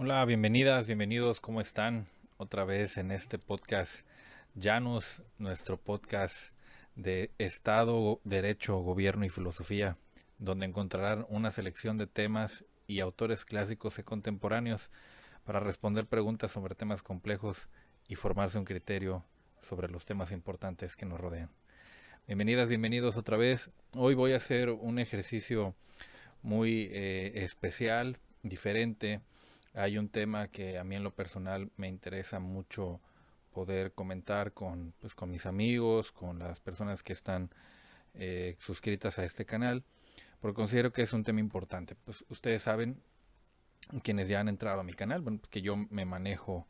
Hola, bienvenidas, bienvenidos, ¿cómo están? Otra vez en este podcast Llanos, nuestro podcast de Estado, Derecho, Gobierno y Filosofía, donde encontrarán una selección de temas y autores clásicos y contemporáneos para responder preguntas sobre temas complejos y formarse un criterio sobre los temas importantes que nos rodean. Bienvenidas, bienvenidos otra vez. Hoy voy a hacer un ejercicio muy especial, diferente. Hay un tema que a mí en lo personal me interesa mucho poder comentar con mis amigos, con las personas que están suscritas a este canal, porque considero que es un tema importante. Pues ustedes saben, quienes ya han entrado a mi canal, bueno, que yo me manejo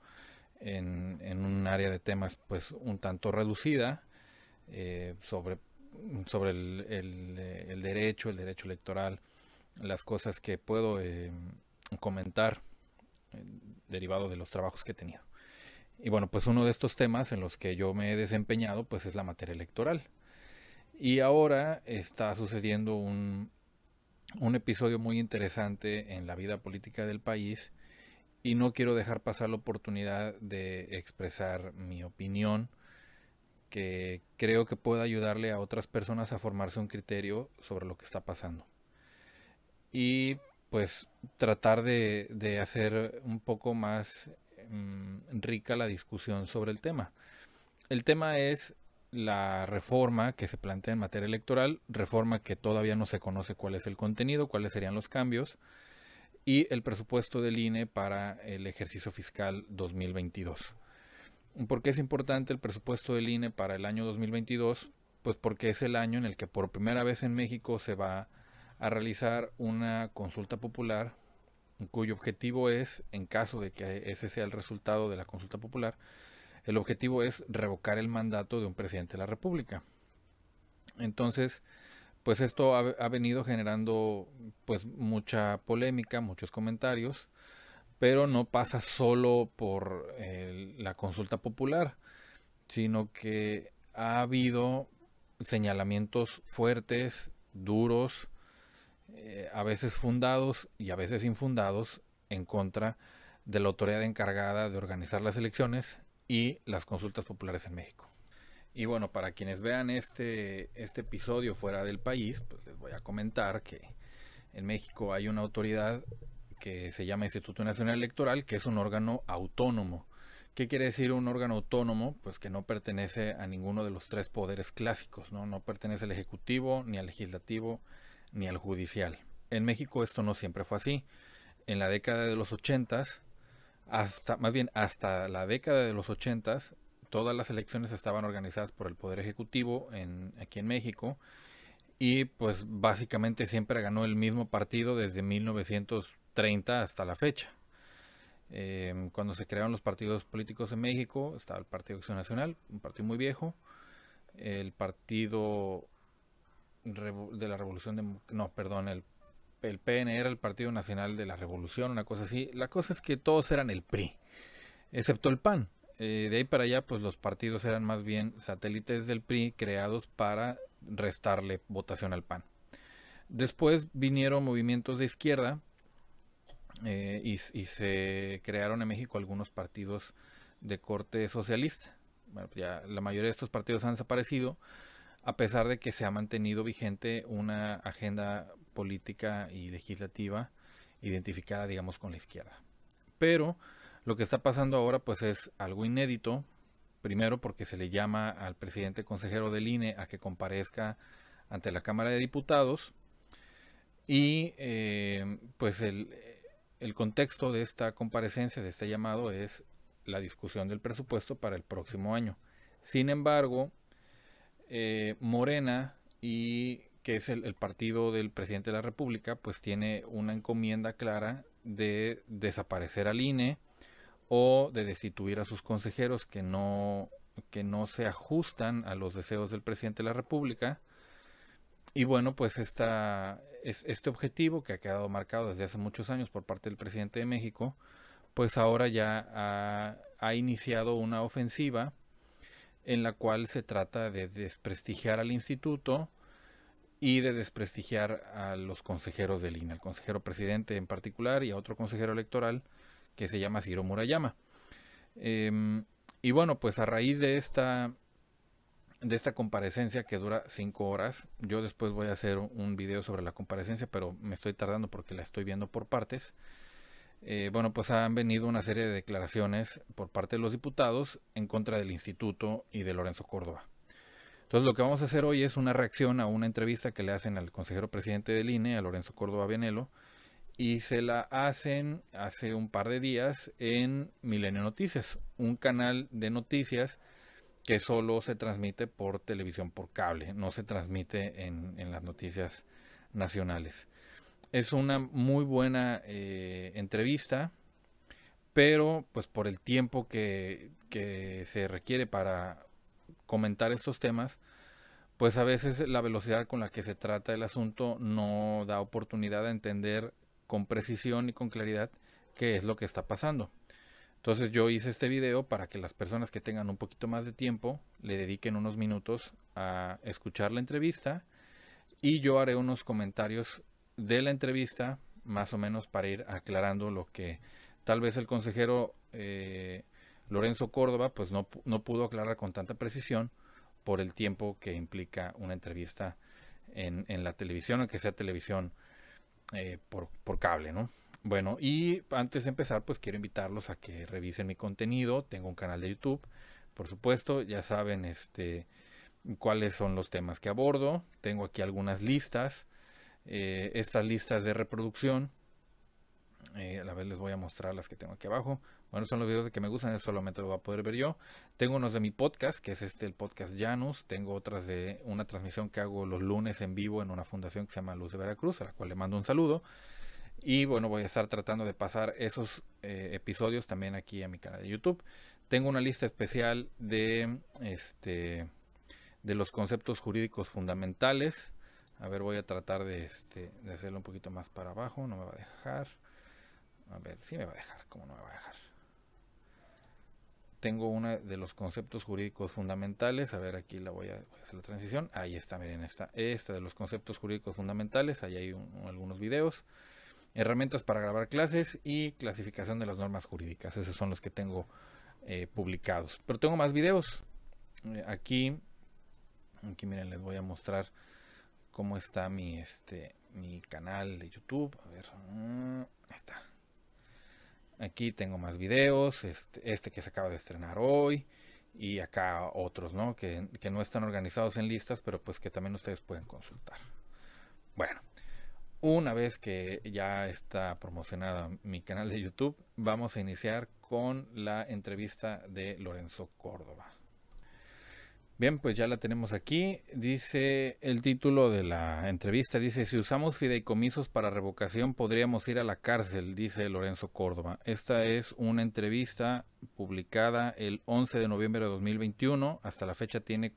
en un área de temas pues un tanto reducida sobre, sobre el derecho electoral, las cosas que puedo comentar eh, derivado de los trabajos que he tenido. Y bueno, pues uno de estos temas en los que yo me he desempeñado pues es la materia electoral. Y ahora está sucediendo un episodio muy interesante en la vida política del país y no quiero dejar pasar la oportunidad de expresar mi opinión que creo que puede ayudarle a otras personas a formarse un criterio sobre lo que está pasando. Y pues tratar de hacer un poco más rica la discusión sobre el tema. El tema es la reforma que se plantea en materia electoral, reforma que todavía no se conoce cuál es el contenido, cuáles serían los cambios, y el presupuesto del INE para el ejercicio fiscal 2022. ¿Por qué es importante el presupuesto del INE para el año 2022? Pues porque es el año en el que por primera vez en México se va a realizar una consulta popular cuyo objetivo es, en caso de que ese sea el resultado de la consulta popular, el objetivo es revocar el mandato de un presidente de la República. Entonces, pues esto ha venido generando pues mucha polémica, muchos comentarios, pero no pasa solo por la consulta popular, sino que ha habido señalamientos fuertes, duros, a veces fundados y a veces infundados en contra de la autoridad encargada de organizar las elecciones y las consultas populares en México. Y bueno, para quienes vean este episodio fuera del país, pues les voy a comentar que en México hay una autoridad que se llama Instituto Nacional Electoral, que es un órgano autónomo. ¿Qué quiere decir un órgano autónomo? Pues que no pertenece a ninguno de los tres poderes clásicos, ¿no? No pertenece al Ejecutivo, ni al Legislativo, ni al Judicial. En México esto no siempre fue así. En la década de los ochentas, hasta la década de los ochentas, todas las elecciones estaban organizadas por el Poder Ejecutivo aquí en México y pues básicamente siempre ganó el mismo partido desde 1930 hasta la fecha. Cuando se crearon los partidos políticos en México, estaba el Partido Acción Nacional, un partido muy viejo, el Partido de la Revolución no, perdón, el PN era el Partido Nacional de la Revolución, una cosa así. La cosa es que todos eran el PRI, excepto el PAN. De ahí para allá, pues los partidos eran más bien satélites del PRI creados para restarle votación al PAN. Después vinieron movimientos de izquierda y se crearon en México algunos partidos de corte socialista. Bueno, ya la mayoría de estos partidos han desaparecido, a pesar de que se ha mantenido vigente una agenda política y legislativa identificada, digamos, con la izquierda. Pero lo que está pasando ahora pues es algo inédito. Primero porque se le llama al presidente consejero del INE a que comparezca ante la Cámara de Diputados y pues el contexto de esta comparecencia, de este llamado, es la discusión del presupuesto para el próximo año. Sin embargo, Morena, y que es el partido del presidente de la República, pues tiene una encomienda clara de desaparecer al INE o de destituir a sus consejeros que no se ajustan a los deseos del presidente de la República. Y bueno, pues este objetivo que ha quedado marcado desde hace muchos años por parte del presidente de México, pues ahora ya ha iniciado una ofensiva en la cual se trata de desprestigiar al instituto y de desprestigiar a los consejeros del INE, al consejero presidente en particular y a otro consejero electoral que se llama Ciro Murayama. Y bueno, pues a raíz de esta comparecencia que dura 5 horas, yo después voy a hacer un video sobre la comparecencia, pero me estoy tardando porque la estoy viendo por partes. Bueno, pues han venido una serie de declaraciones por parte de los diputados en contra del instituto y de Lorenzo Córdoba. Entonces lo que vamos a hacer hoy es una reacción a una entrevista que le hacen al consejero presidente del INE, a Lorenzo Córdoba Vianello, y se la hacen hace un par de días en Milenio Noticias, un canal de noticias que solo se transmite por televisión por cable, no se transmite en las noticias nacionales. Es una muy buena entrevista, pero pues por el tiempo que se requiere para comentar estos temas, pues a veces la velocidad con la que se trata el asunto no da oportunidad de entender con precisión y con claridad qué es lo que está pasando. Entonces yo hice este video para que las personas que tengan un poquito más de tiempo le dediquen unos minutos a escuchar la entrevista, y yo haré unos comentarios de la entrevista, más o menos para ir aclarando lo que tal vez el consejero Lorenzo Córdoba pues no pudo aclarar con tanta precisión por el tiempo que implica una entrevista en la televisión, aunque sea televisión por cable, ¿no? Bueno, y antes de empezar, pues quiero invitarlos a que revisen mi contenido. Tengo un canal de YouTube, por supuesto, ya saben cuáles son los temas que abordo. Tengo aquí algunas listas, estas listas de reproducción. A ver, les voy a mostrar las que tengo aquí abajo. Bueno, son los videos que me gustan, eso solamente lo voy a poder ver yo. Tengo unos de mi podcast, que es el podcast Llanos. Tengo otras de una transmisión que hago los lunes en vivo en una fundación que se llama Luz de Veracruz, a la cual le mando un saludo. Y bueno, voy a estar tratando de pasar esos episodios también aquí a mi canal de YouTube. Tengo una lista especial de los conceptos jurídicos fundamentales. A ver, voy a tratar de hacerlo un poquito más para abajo. No me va a dejar. A ver, sí me va a dejar. ¿Cómo no me va a dejar? Tengo una de los conceptos jurídicos fundamentales. A ver, aquí voy a hacer la transición. Ahí está, miren, esta de los conceptos jurídicos fundamentales. Ahí hay algunos videos. Herramientas para grabar clases y clasificación de las normas jurídicas. Esos son los que tengo publicados. Pero tengo más videos. Aquí miren, les voy a mostrar cómo está mi canal de YouTube. A ver, ahí está. Aquí tengo más videos, que se acaba de estrenar hoy, y acá otros, ¿no? Que no están organizados en listas, pero pues que también ustedes pueden consultar. Bueno, una vez que ya está promocionada mi canal de YouTube, vamos a iniciar con la entrevista de Lorenzo Córdoba. Bien, pues ya la tenemos aquí. Dice el título de la entrevista, dice: si usamos fideicomisos para revocación podríamos ir a la cárcel, dice Lorenzo Córdoba. Esta es una entrevista publicada el 11 de noviembre de 2021. Hasta la fecha tiene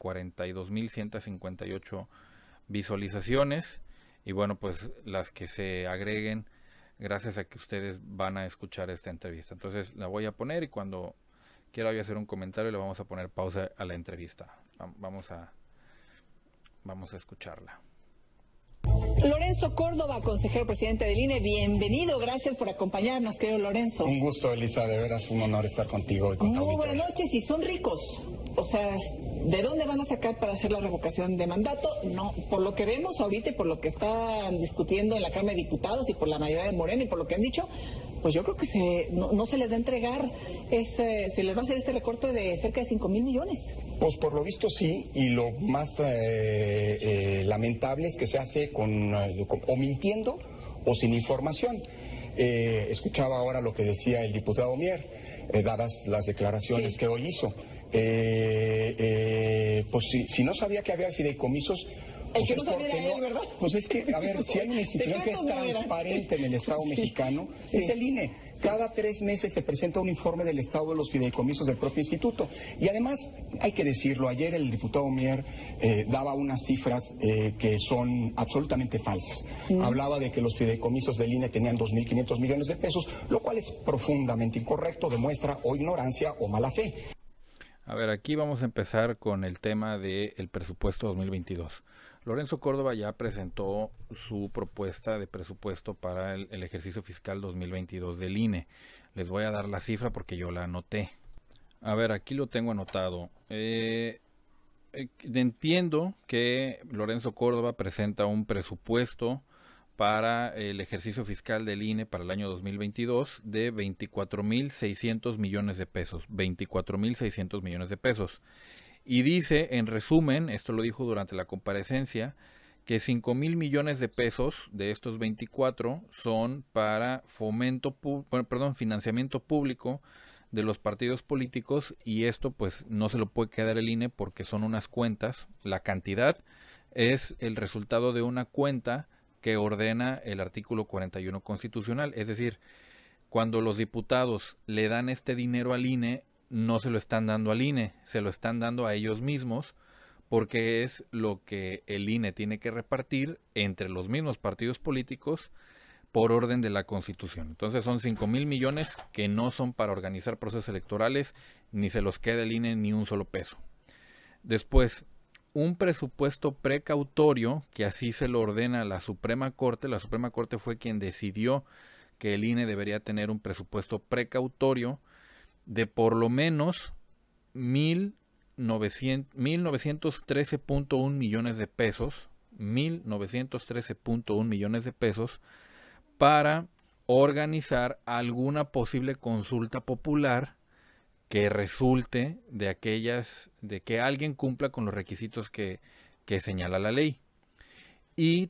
42.158 visualizaciones. Y bueno, pues las que se agreguen gracias a que ustedes van a escuchar esta entrevista. Entonces la voy a poner, y cuando quiera voy a hacer un comentario y le vamos a poner pausa a la entrevista. Vamos a escucharla. Lorenzo Córdoba, consejero presidente del INE, bienvenido, gracias por acompañarnos, querido Lorenzo. Un gusto, Elisa, de veras un honor estar contigo y con tu auditorio. Buenas noches, y son ricos, o sea, ¿de dónde van a sacar para hacer la revocación de mandato? No, por lo que vemos ahorita y por lo que están discutiendo en la Cámara de Diputados y por la mayoría de Morena y por lo que han dicho, pues yo creo que no se les va a entregar, se les va a hacer este recorte de cerca de 5,000 millones. Pues por lo visto sí, y lo más lamentable es que se hace o mintiendo o sin información. Escuchaba ahora lo que decía el diputado Mier, dadas las declaraciones que hoy hizo. Pues si no sabía que había fideicomisos... El que no sabía era él, ¿verdad? Pues es que, a ver, si hay una institución que es transparente en el Estado mexicano, es el INE. Cada 3 meses se presenta un informe del estado de los fideicomisos del propio instituto. Y además, hay que decirlo, ayer el diputado Mier daba unas cifras que son absolutamente falsas. Hablaba de que los fideicomisos del INE tenían 2.500 millones de pesos, lo cual es profundamente incorrecto, demuestra o ignorancia o mala fe. A ver, aquí vamos a empezar con el tema del presupuesto 2022. Lorenzo Córdoba ya presentó su propuesta de presupuesto para el ejercicio fiscal 2022 del INE. Les voy a dar la cifra porque yo la anoté. A ver, aquí lo tengo anotado. Entiendo que Lorenzo Córdoba presenta un presupuesto para el ejercicio fiscal del INE para el año 2022 de 24.600 millones de pesos. 24.600 millones de pesos. Y dice, en resumen, esto lo dijo durante la comparecencia, que 5.000 millones de pesos de estos 24 son para financiamiento público de los partidos políticos, y esto pues no se lo puede quedar el INE porque son unas cuentas. La cantidad es el resultado de una cuenta que ordena el artículo 41 constitucional. Es decir, cuando los diputados le dan este dinero al INE, no se lo están dando al INE, se lo están dando a ellos mismos, porque es lo que el INE tiene que repartir entre los mismos partidos políticos por orden de la Constitución. Entonces son 5.000 millones que no son para organizar procesos electorales, ni se los queda el INE ni un solo peso. Después, un presupuesto precautorio, que así se lo ordena la Suprema Corte. La Suprema Corte fue quien decidió que el INE debería tener un presupuesto precautorio de por lo menos 1.913.1 millones de pesos, 1.913.1 millones de pesos, para organizar alguna posible consulta popular que resulte de que alguien cumpla con los requisitos que señala la ley. Y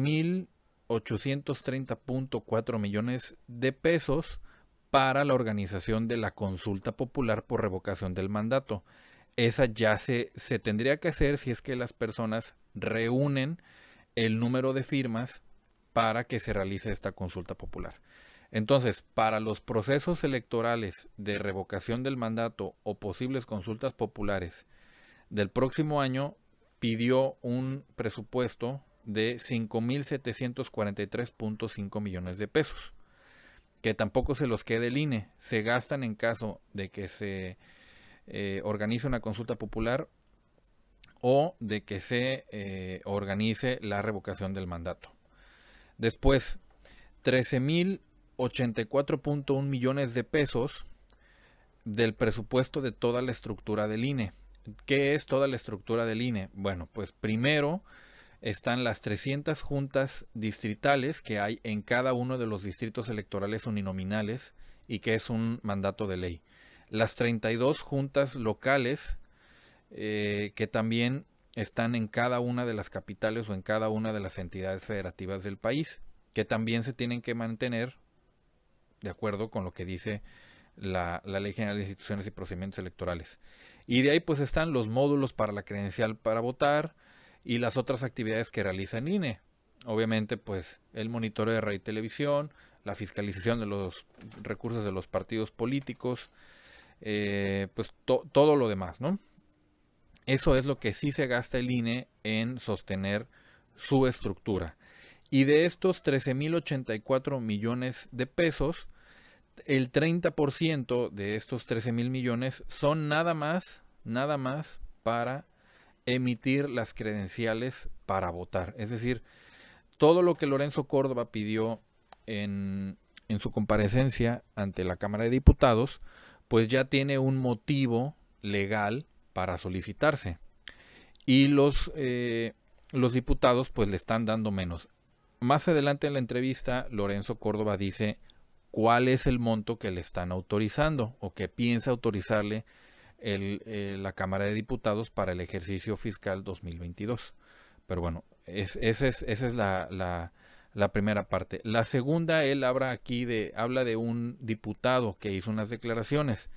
3.830.4 millones de pesos para la organización de la consulta popular por revocación del mandato. Esa ya se tendría que hacer si es que las personas reúnen el número de firmas para que se realice esta consulta popular. Entonces, para los procesos electorales de revocación del mandato o posibles consultas populares del próximo año, pidió un presupuesto de 5.743.5 millones de pesos, que tampoco se los quede el INE. Se gastan en caso de que se organice una consulta popular o de que se organice la revocación del mandato. Después, 13.084.1 millones de pesos del presupuesto de toda la estructura del INE. ¿Qué es toda la estructura del INE? Bueno, pues primero están las 300 juntas distritales que hay en cada uno de los distritos electorales uninominales y que es un mandato de ley. Las 32 juntas locales que también están en cada una de las capitales o en cada una de las entidades federativas del país, que también se tienen que mantener de acuerdo con lo que dice la Ley General de Instituciones y Procedimientos Electorales. Y de ahí pues están los módulos para la credencial para votar y las otras actividades que realiza el INE. Obviamente pues el monitoreo de radio y televisión, la fiscalización de los recursos de los partidos políticos, pues todo lo demás, ¿no? Eso es lo que sí se gasta el INE en sostener su estructura. Y de estos 13.084 millones de pesos, el 30% de estos 13.000 millones son nada más para emitir las credenciales para votar. Es decir, todo lo que Lorenzo Córdoba pidió en su comparecencia ante la Cámara de Diputados, pues ya tiene un motivo legal para solicitarse. Y los diputados pues le están dando menos. Más adelante en la entrevista, Lorenzo Córdoba dice cuál es el monto que le están autorizando o que piensa autorizarle la Cámara de Diputados para el ejercicio fiscal 2022. Pero bueno, esa es la primera parte. La segunda, él habla de un diputado que hizo unas declaraciones.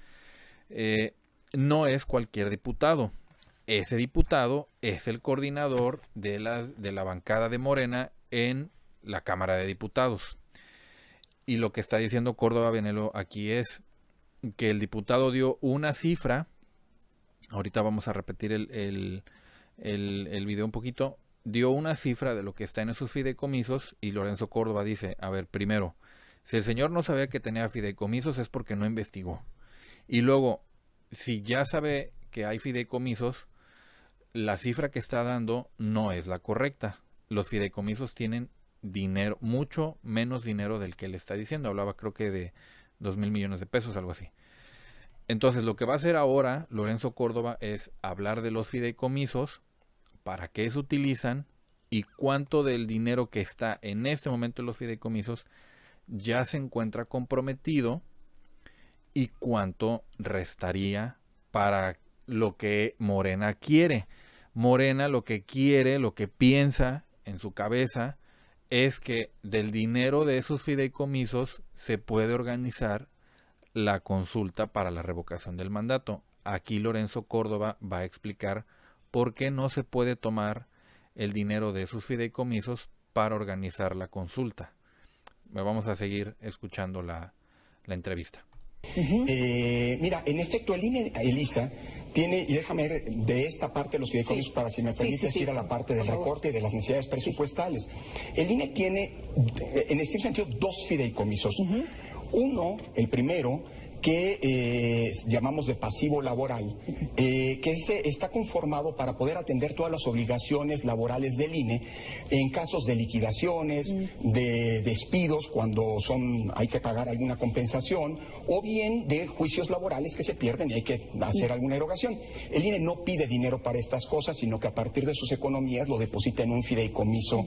No es cualquier diputado. Ese diputado es el coordinador de la bancada de Morena en la Cámara de Diputados. Y lo que está diciendo Córdoba Venelo aquí es que el diputado dio una cifra. Ahorita vamos a repetir el video un poquito. Dio una cifra de lo que está en esos fideicomisos y Lorenzo Córdoba dice, a ver, primero, si el señor no sabía que tenía fideicomisos es porque no investigó. Y luego, si ya sabe que hay fideicomisos, la cifra que está dando no es la correcta. Los fideicomisos tienen dinero, mucho menos dinero del que él está diciendo. Hablaba creo que de 2,000 millones de pesos, algo así. Entonces, lo que va a hacer ahora Lorenzo Córdoba es hablar de los fideicomisos, para qué se utilizan y cuánto del dinero que está en este momento en los fideicomisos ya se encuentra comprometido y cuánto restaría para lo que Morena quiere. Morena lo que quiere, lo que piensa en su cabeza es que del dinero de esos fideicomisos se puede organizar la consulta para la revocación del mandato. Aquí Lorenzo Córdoba va a explicar por qué no se puede tomar el dinero de esos fideicomisos para organizar la consulta. Vamos a seguir escuchando la entrevista. Mira, en efecto, el INE, Elisa, tiene, y déjame ver de esta parte de los fideicomisos para, si me permites, ir a la parte del recorte y de las necesidades presupuestales. El INE tiene, en este sentido, dos fideicomisos. Uno, el primero, que llamamos de pasivo laboral, que está conformado para poder atender todas las obligaciones laborales del INE en casos de liquidaciones, de despidos cuando hay que pagar alguna compensación, o bien de juicios laborales que se pierden y hay que hacer alguna erogación. El INE no pide dinero para estas cosas, sino que a partir de sus economías lo deposita en un fideicomiso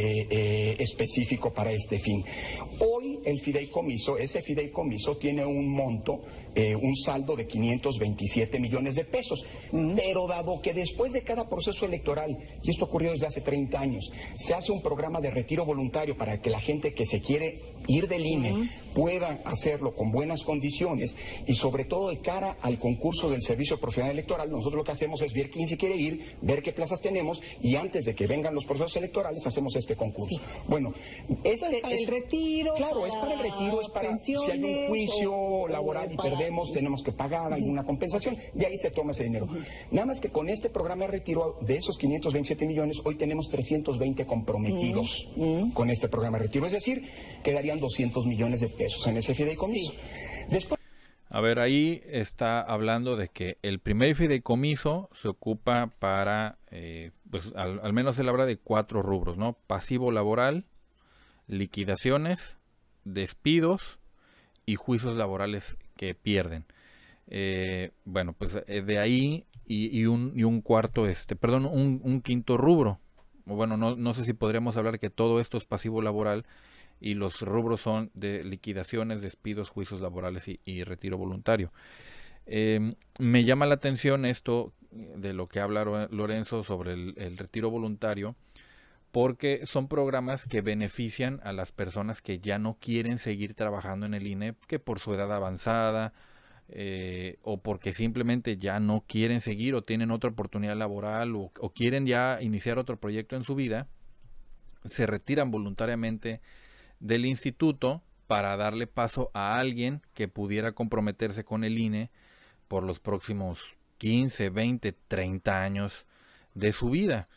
específico para este fin. Hoy ese fideicomiso tiene un monto, un saldo de 527 millones de pesos. Pero dado que después de cada proceso electoral, y esto ocurrió desde hace 30 años, se hace un programa de retiro voluntario para que la gente que se quiere ir del INE pueda hacerlo con buenas condiciones y sobre todo de cara al concurso del Servicio Profesional Electoral, nosotros lo que hacemos es ver quién se quiere ir, ver qué plazas tenemos y antes de que vengan los procesos electorales hacemos este concurso. Bueno, es para el retiro. Claro, es para el retiro, es para si hay un juicio laboral y perdemos, tenemos que pagar alguna compensación y ahí se toma ese dinero. Nada más que con este programa de retiro, de esos 527 millones, hoy tenemos 320 comprometidos con este programa de retiro, es decir, quedarían 200 millones de pesos en ese fideicomiso. Después... A ver, ahí está hablando de que el primer fideicomiso se ocupa para, pues al menos él habla de 4 rubros, ¿no? Pasivo laboral, liquidaciones, despidos y juicios laborales que pierden. Bueno, pues de ahí y un cuarto, perdón, un quinto rubro. Bueno, no sé si podríamos hablar que todo esto es pasivo laboral y los rubros son de liquidaciones, despidos, juicios laborales y retiro voluntario. Me llama la atención esto de lo que habla Lorenzo sobre el retiro voluntario, porque son programas que benefician a las personas que ya no quieren seguir trabajando en el INE, que por su edad avanzada o porque simplemente ya no quieren seguir o tienen otra oportunidad laboral o quieren ya iniciar otro proyecto en su vida, se retiran voluntariamente del instituto para darle paso a alguien que pudiera comprometerse con el INE por los próximos 15, 20, 30 años de su vida.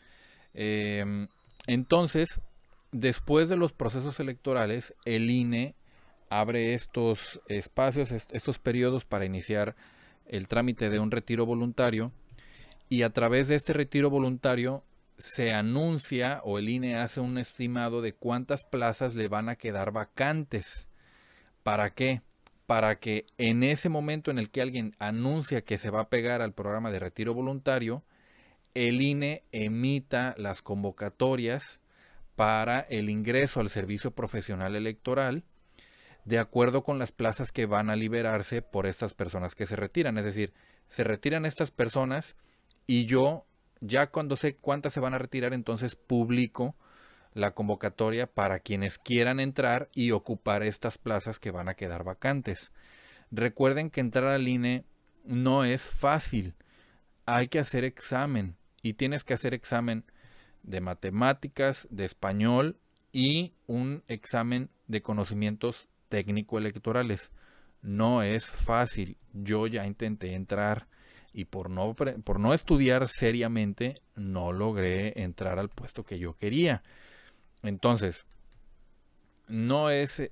Entonces, después de los procesos electorales, el INE abre estos espacios, estos periodos para iniciar el trámite de un retiro voluntario y a través de este retiro voluntario se anuncia o el INE hace un estimado de cuántas plazas le van a quedar vacantes. ¿Para qué? Para que en ese momento en el que alguien anuncia que se va a pegar al programa de retiro voluntario, el INE emita las convocatorias para el ingreso al servicio profesional electoral de acuerdo con las plazas que van a liberarse por estas personas que se retiran. Es decir, se retiran estas personas y yo ya cuando sé cuántas se van a retirar, entonces publico la convocatoria para quienes quieran entrar y ocupar estas plazas que van a quedar vacantes. Recuerden que entrar al INE no es fácil. Hay que hacer examen y tienes que hacer examen de matemáticas, de español y un examen de conocimientos técnico-electorales. No es fácil. Yo ya intenté entrar y por no estudiar seriamente no logré entrar al puesto que yo quería. Entonces, no es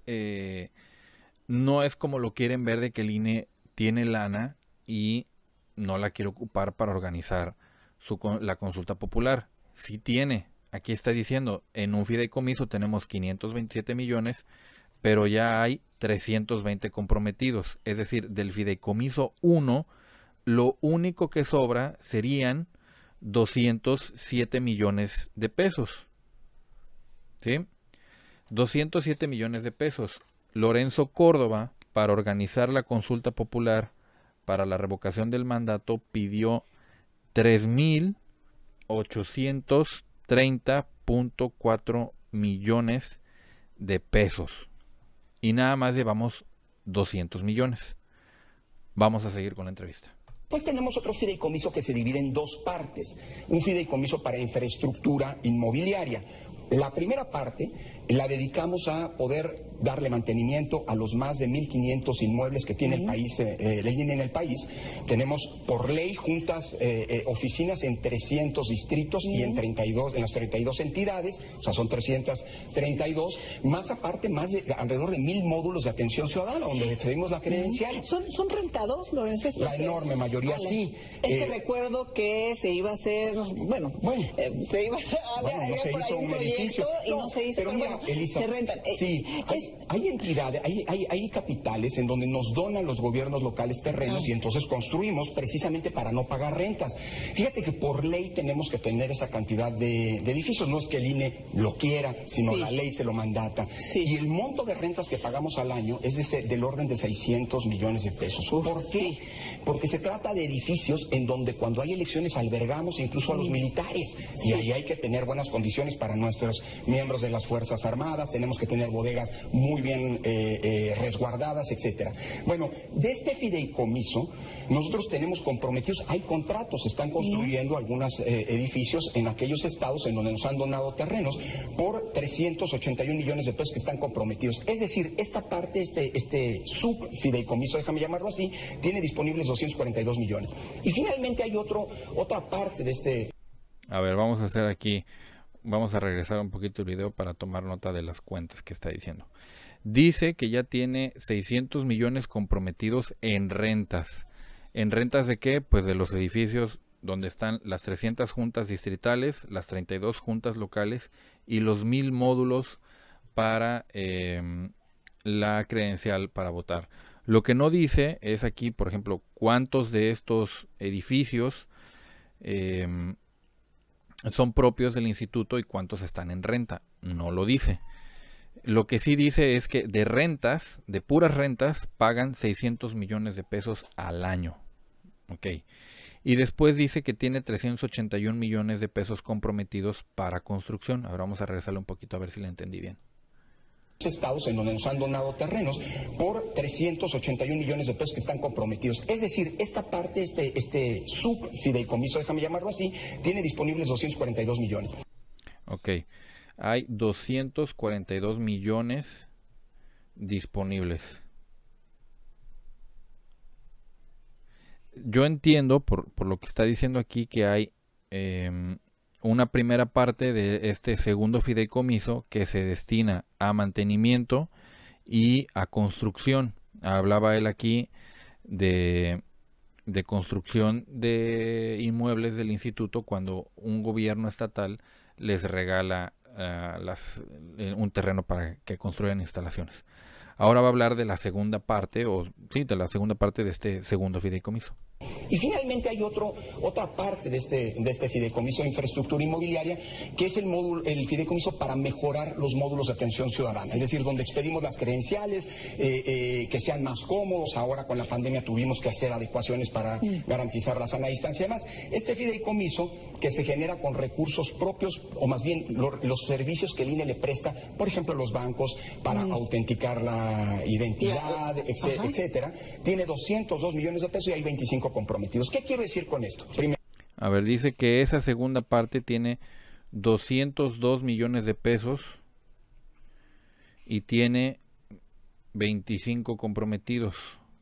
como lo quieren ver de que el INE tiene lana y no la quiere ocupar para organizar la consulta popular. Sí tiene. Aquí está diciendo, en un fideicomiso tenemos 527 millones pero ya hay 320 comprometidos. Es decir, del fideicomiso 1, lo único que sobra serían 207 millones de pesos. ¿Sí? 207 millones de pesos. Lorenzo Córdoba, para organizar la consulta popular para la revocación del mandato, pidió 3,830.4 millones de pesos. Y nada más llevamos 200 millones. Vamos a seguir con la entrevista. Pues tenemos otro fideicomiso que se divide en dos partes. Un fideicomiso para infraestructura inmobiliaria. La primera parte la dedicamos a poder darle mantenimiento a los más de 1.500 inmuebles que tiene el país, en el país. Tenemos por ley juntas, oficinas en 300 distritos y en las 32 entidades, o sea, son 332, más aparte, alrededor de 1.000 módulos de atención ciudadana, donde pedimos la credencial. ¿Son rentados, Lorenzo? La enorme mayoría, sí. Es que recuerdo que se iba a hacer, se iba no se hizo un edificio. Y no se hizo, pero mira, Elisa, se rentan. Sí, hay entidades, hay capitales en donde nos donan los gobiernos locales terrenos y entonces construimos precisamente para no pagar rentas. Fíjate que por ley tenemos que tener esa cantidad de edificios. No es que el INE lo quiera, sino la ley se lo mandata. Sí. Y el monto de rentas que pagamos al año es del orden de 600 millones de pesos. ¿Por qué? Sí. Porque se trata de edificios en donde cuando hay elecciones albergamos incluso a los militares. Y ahí hay que tener buenas condiciones para nuestros miembros de las Fuerzas Armadas, tenemos que tener bodegas muy bien resguardadas, etcétera. Bueno, de este fideicomiso nosotros tenemos comprometidos, hay contratos, se están construyendo algunos edificios en aquellos estados en donde nos han donado terrenos por 381 millones de pesos que están comprometidos. Es decir, esta parte, este subfideicomiso, déjame llamarlo así, tiene disponibles 242 millones. Y finalmente hay otra parte de este... A ver, vamos a hacer aquí... Vamos a regresar un poquito el video para tomar nota de las cuentas que está diciendo. Dice que ya tiene 600 millones comprometidos en rentas. ¿En rentas de qué? Pues de los edificios donde están las 300 juntas distritales, las 32 juntas locales y los 1.000 módulos para la credencial para votar. Lo que no dice es aquí, por ejemplo, cuántos de estos edificios son propios del instituto y cuántos están en renta. No lo dice. Lo que sí dice es que de rentas, de puras rentas, pagan 600 millones de pesos al año. Ok. Y después dice que tiene 381 millones de pesos comprometidos para construcción. Ahora vamos a regresarle un poquito a ver si le entendí bien. Estados en donde nos han donado terrenos por 381 millones de pesos que están comprometidos. Es decir, esta parte, este subfideicomiso, déjame llamarlo así, tiene disponibles 242 millones. Ok, hay 242 millones disponibles. Yo entiendo por lo que está diciendo aquí que hay una primera parte de este segundo fideicomiso que se destina a mantenimiento y a construcción. Hablaba él aquí de construcción de inmuebles del instituto cuando un gobierno estatal les regala un terreno para que construyan instalaciones. Ahora va a hablar de la segunda parte, de la segunda parte de este segundo fideicomiso. Y finalmente hay otra parte de este fideicomiso de infraestructura inmobiliaria, que es el fideicomiso para mejorar los módulos de atención ciudadana, es decir, donde expedimos las credenciales, que sean más cómodos. Ahora con la pandemia tuvimos que hacer adecuaciones para garantizar la sana distancia. Además, este fideicomiso que se genera con recursos propios, o más bien los servicios que el INE le presta, por ejemplo, los bancos para autenticar la identidad, etcétera, tiene 202 millones de pesos y hay 25 comprometidos. ¿Qué quiero decir con esto? A ver, dice que esa segunda parte tiene 202 millones de pesos y tiene 25 comprometidos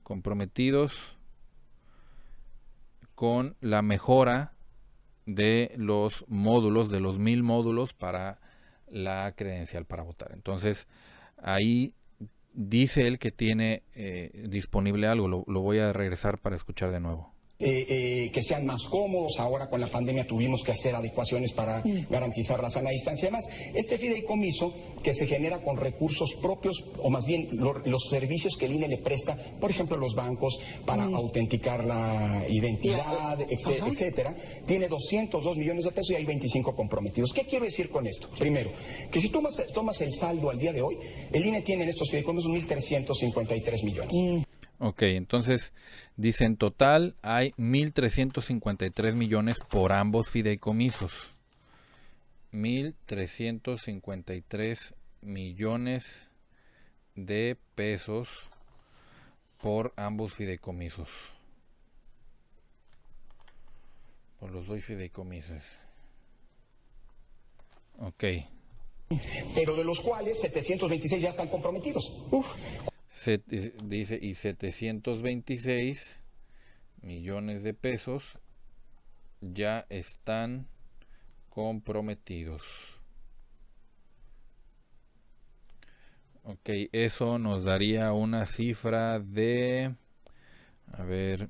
con la mejora de los módulos, de los 1.000 módulos para la credencial para votar. Entonces, ahí dice él que tiene disponible algo. Lo voy a regresar para escuchar de nuevo. que sean más cómodos. Ahora con la pandemia tuvimos que hacer adecuaciones para garantizar la sana distancia. Además, este fideicomiso que se genera con recursos propios, o más bien los servicios que el INE le presta, por ejemplo, los bancos para autenticar la identidad, etcétera, tiene 202 millones de pesos y hay 25 comprometidos. ¿Qué quiero decir con esto? Primero, que si tomas el saldo al día de hoy, el INE tiene en estos fideicomisos 1.353 millones. Ok, entonces dice en total hay 1.353 millones por ambos fideicomisos. 1.353 millones de pesos por ambos fideicomisos. Por los dos fideicomisos. Ok. Pero de los cuales 726 ya están comprometidos. Dice, y 726 millones de pesos ya están comprometidos. Ok, eso nos daría una cifra de, a ver,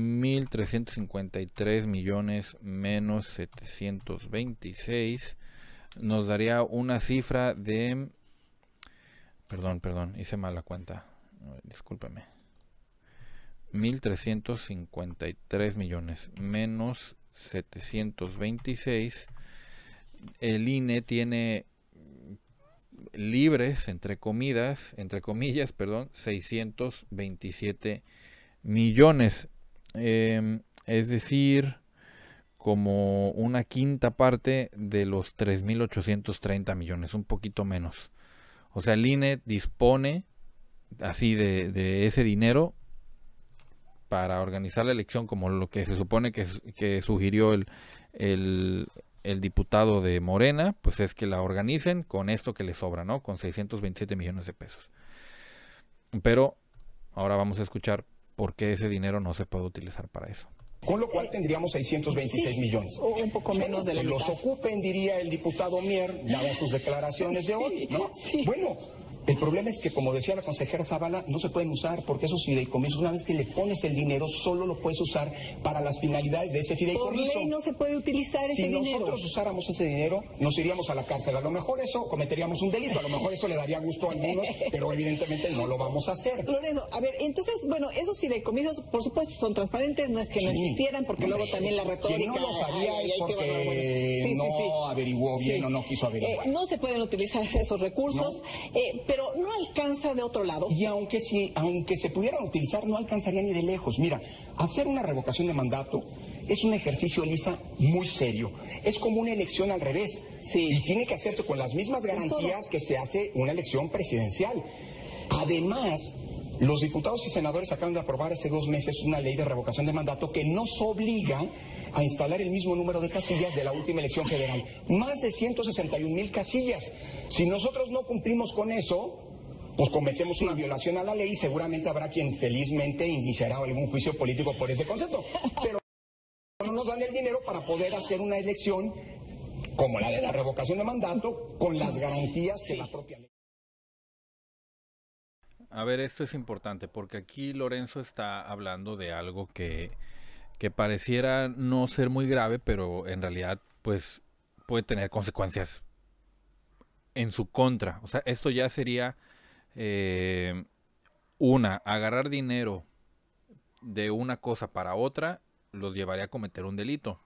1.353 millones menos 726 nos daría una cifra de, perdón, hice mal la cuenta, discúlpame, 1.353 millones menos 726. El INE tiene libres, entre comillas, 627 millones, es decir, como una quinta parte de los 3.830 millones, un poquito menos. O sea, el INE dispone así de ese dinero para organizar la elección, como lo que se supone que sugirió el diputado de Morena, pues es que la organicen con esto que les sobra, ¿no? Con 627 millones de pesos. Pero ahora vamos a escuchar por qué ese dinero no se puede utilizar para eso. Con lo cual tendríamos 626 millones. O un poco menos de la mitad. Los ocupen, diría el diputado Mier, dadas sus declaraciones de hoy, ¿no? Sí. Bueno, el problema es que, como decía la consejera Zavala, no se pueden usar porque esos fideicomisos, una vez que le pones el dinero, solo lo puedes usar para las finalidades de ese fideicomiso. Por ley no se puede utilizar ese dinero. Si nosotros usáramos ese dinero, nos iríamos a la cárcel. A lo mejor eso cometeríamos un delito, a lo mejor eso le daría gusto a algunos, pero evidentemente no lo vamos a hacer. Lorenzo, a ver, entonces, bueno, esos fideicomisos, por supuesto, son transparentes, no es que no existieran, porque luego también la retórica... Quien no lo sabía es porque no averiguó bien o no quiso averiguar. No se pueden utilizar esos recursos, pero no alcanza de otro lado. Y aunque se pudieran utilizar, no alcanzaría ni de lejos. Mira, hacer una revocación de mandato es un ejercicio, Elisa, muy serio. Es como una elección al revés. Sí. Y tiene que hacerse con las mismas garantías que se hace una elección presidencial. Además, los diputados y senadores acaban de aprobar hace 2 meses una ley de revocación de mandato que nos obliga a instalar el mismo número de casillas de la última elección federal. Más de 161,000 casillas. Si nosotros no cumplimos con eso, pues cometemos una violación a la ley y seguramente habrá quien felizmente iniciará algún juicio político por ese concepto. Pero no nos dan el dinero para poder hacer una elección como la de la revocación de mandato con las garantías de la propia ley. A ver, esto es importante porque aquí Lorenzo está hablando de algo que pareciera no ser muy grave, pero en realidad pues puede tener consecuencias en su contra. O sea, esto ya sería agarrar dinero de una cosa para otra los llevaría a cometer un delito.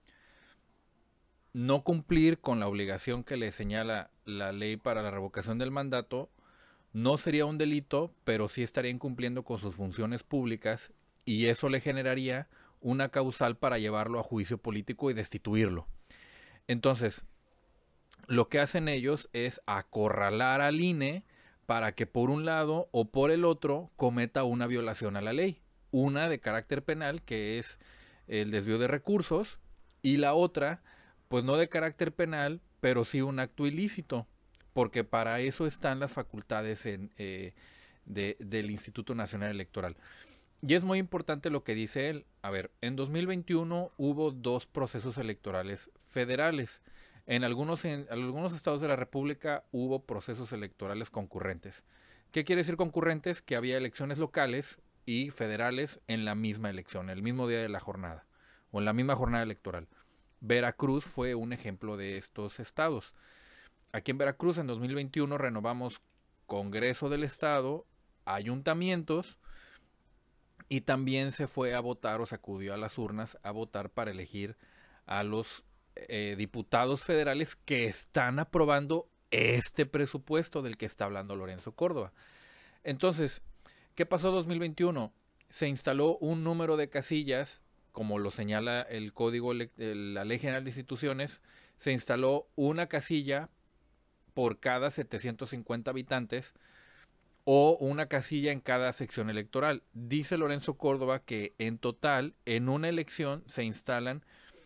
No cumplir con la obligación que le señala la ley para la revocación del mandato no sería un delito, pero sí estaría incumpliendo con sus funciones públicas y eso le generaría una causal para llevarlo a juicio político y destituirlo. Entonces, lo que hacen ellos es acorralar al INE para que por un lado o por el otro cometa una violación a la ley. Una de carácter penal, que es el desvío de recursos, y la otra, pues no de carácter penal, pero sí un acto ilícito, porque para eso están las facultades del Instituto Nacional Electoral. Y es muy importante lo que dice él. A ver, en 2021 hubo 2 procesos electorales federales. En algunos estados de la República hubo procesos electorales concurrentes. ¿Qué quiere decir concurrentes? Que había elecciones locales y federales en la misma elección, el mismo día de la jornada o en la misma jornada electoral. Veracruz fue un ejemplo de estos estados. Aquí en Veracruz en 2021 renovamos Congreso del Estado, ayuntamientos, y también se fue a votar o se acudió a las urnas a votar para elegir a los diputados federales que están aprobando este presupuesto del que está hablando Lorenzo Córdoba. Entonces, ¿qué pasó en 2021? Se instaló un número de casillas, como lo señala el código, la Ley General de Instituciones, se instaló una casilla por cada 750 habitantes o una casilla en cada sección electoral. Dice Lorenzo Córdoba que en total, en una elección, se instalan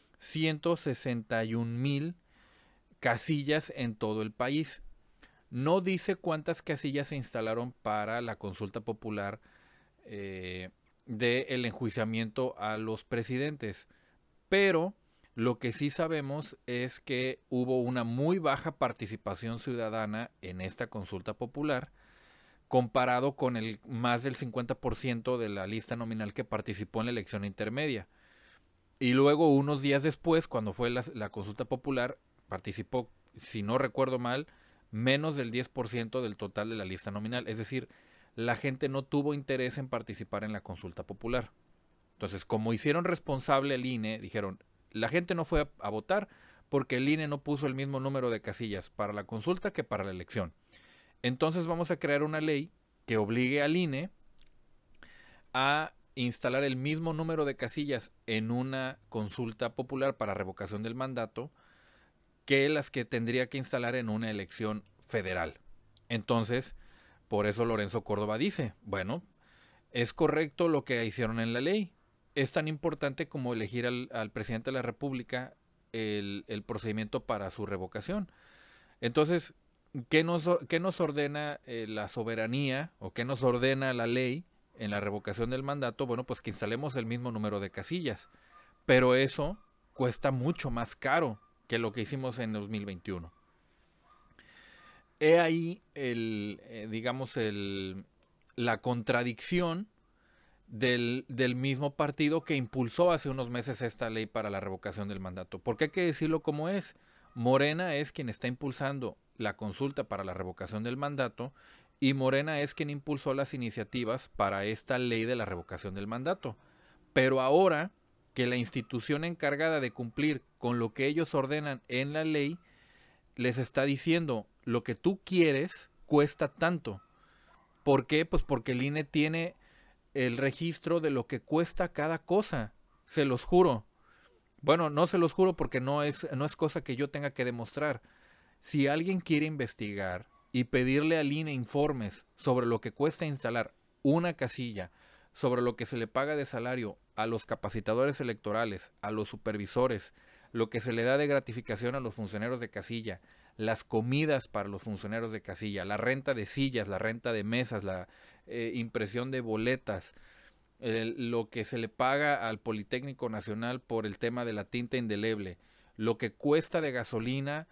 161,000 casillas en todo el país. No dice cuántas casillas se instalaron para la consulta popular del enjuiciamiento a los presidentes, pero lo que sí sabemos es que hubo una muy baja participación ciudadana en esta consulta popular, comparado con el más del 50% de la lista nominal que participó en la elección intermedia. Y luego, unos días después, cuando fue la consulta popular, participó, si no recuerdo mal, menos del 10% del total de la lista nominal. Es decir, la gente no tuvo interés en participar en la consulta popular. Entonces, como hicieron responsable el INE, dijeron, la gente no fue a votar porque el INE no puso el mismo número de casillas para la consulta que para la elección. Entonces vamos a crear una ley que obligue al INE a instalar el mismo número de casillas en una consulta popular para revocación del mandato que las que tendría que instalar en una elección federal. Entonces, por eso Lorenzo Córdoba dice, bueno, es correcto lo que hicieron en la ley. Es tan importante como elegir al presidente de la República el procedimiento para su revocación. Entonces, ¿qué nos ordena la soberanía o qué nos ordena la ley en la revocación del mandato? Bueno, pues que instalemos el mismo número de casillas. Pero eso cuesta mucho más caro que lo que hicimos en 2021. He ahí la contradicción del mismo partido que impulsó hace unos meses esta ley para la revocación del mandato. Porque hay que decirlo como es. Morena es quien está impulsando la consulta para la revocación del mandato y Morena es quien impulsó las iniciativas para esta ley de la revocación del mandato. Pero ahora que la institución encargada de cumplir con lo que ellos ordenan en la ley les está diciendo lo que tú quieres cuesta tanto. ¿Por qué? Pues porque el INE tiene el registro de lo que cuesta cada cosa. Se los juro. Bueno, no se los juro porque no es cosa que yo tenga que demostrar. Si alguien quiere investigar y pedirle al INE informes sobre lo que cuesta instalar una casilla, sobre lo que se le paga de salario a los capacitadores electorales, a los supervisores, lo que se le da de gratificación a los funcionarios de casilla, las comidas para los funcionarios de casilla, la renta de sillas, la renta de mesas, la impresión de boletas, lo que se le paga al Politécnico Nacional por el tema de la tinta indeleble, lo que cuesta de gasolina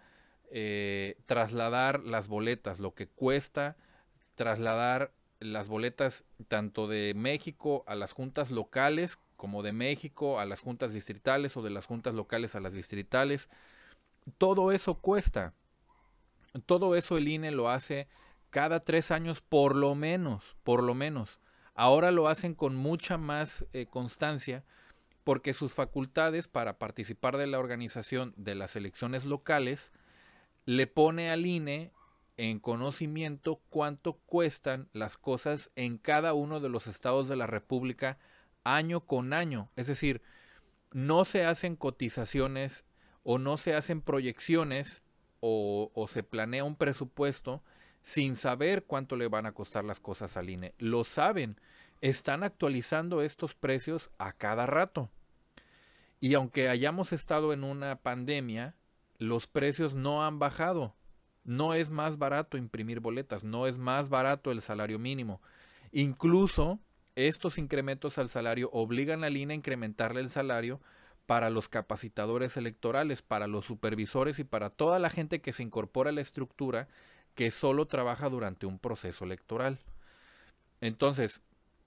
trasladar las boletas, lo que cuesta trasladar las boletas tanto de México a las juntas locales como de México a las juntas distritales o de las juntas locales a las distritales. Todo eso cuesta. Todo eso el INE lo hace cada 3 años por lo menos. Ahora lo hacen con mucha más constancia porque sus facultades para participar de la organización de las elecciones locales le pone al INE en conocimiento cuánto cuestan las cosas en cada uno de los estados de la República año con año. Es decir, no se hacen cotizaciones o no se hacen proyecciones o se planea un presupuesto sin saber cuánto le van a costar las cosas al INE. Lo saben, están actualizando estos precios a cada rato. Y aunque hayamos estado en una pandemia, los precios no han bajado. No es más barato imprimir boletas, no es más barato el salario mínimo. Incluso estos incrementos al salario obligan al INE a incrementarle el salario para los capacitadores electorales, para los supervisores y para toda la gente que se incorpora a la estructura que solo trabaja durante un proceso electoral. Entonces,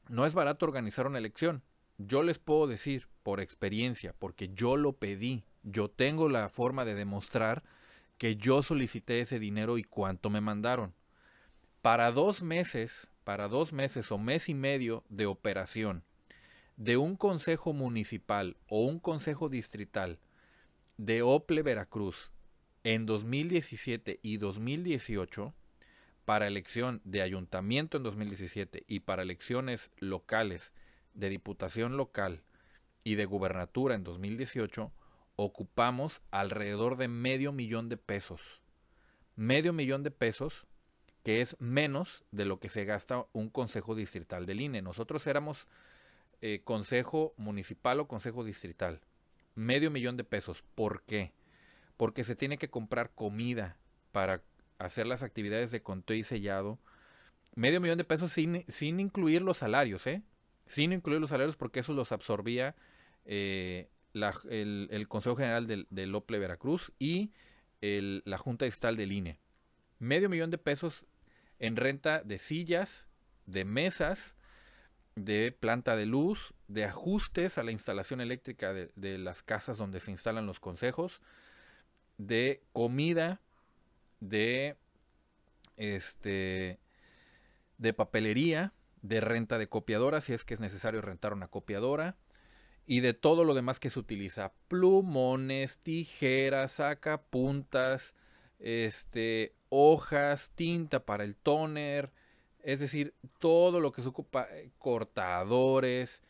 No es barato organizar una elección. Yo les puedo decir por experiencia, porque yo lo pedí, yo tengo la forma de demostrar que yo solicité ese dinero y cuánto me mandaron. Para 2 meses o mes y medio de operación de un consejo municipal o un consejo distrital de Ople, Veracruz, en 2017 y 2018, para elección de ayuntamiento en 2017 y para elecciones locales de diputación local y de gubernatura en 2018, ocupamos alrededor de $500,000. $500,000, que es menos de lo que se gasta un consejo distrital del INE. Nosotros éramos consejo municipal o consejo distrital. $500,000. ¿Por qué? Porque se tiene que comprar comida para hacer las actividades de conteo y sellado. $500,000 sin incluir los salarios, sin incluir los salarios, porque eso los absorbía el Consejo General del Ople Veracruz y la Junta Distrital del INE. $500,000 en renta de sillas, de mesas, de planta de luz, de ajustes a la instalación eléctrica de las casas donde se instalan los consejos, de comida, de papelería, de renta de copiadora, si es que es necesario rentar una copiadora, y de todo lo demás que se utiliza: plumones, tijeras, sacapuntas, hojas, tinta para el tóner, es decir, todo lo que se ocupa, cortadores.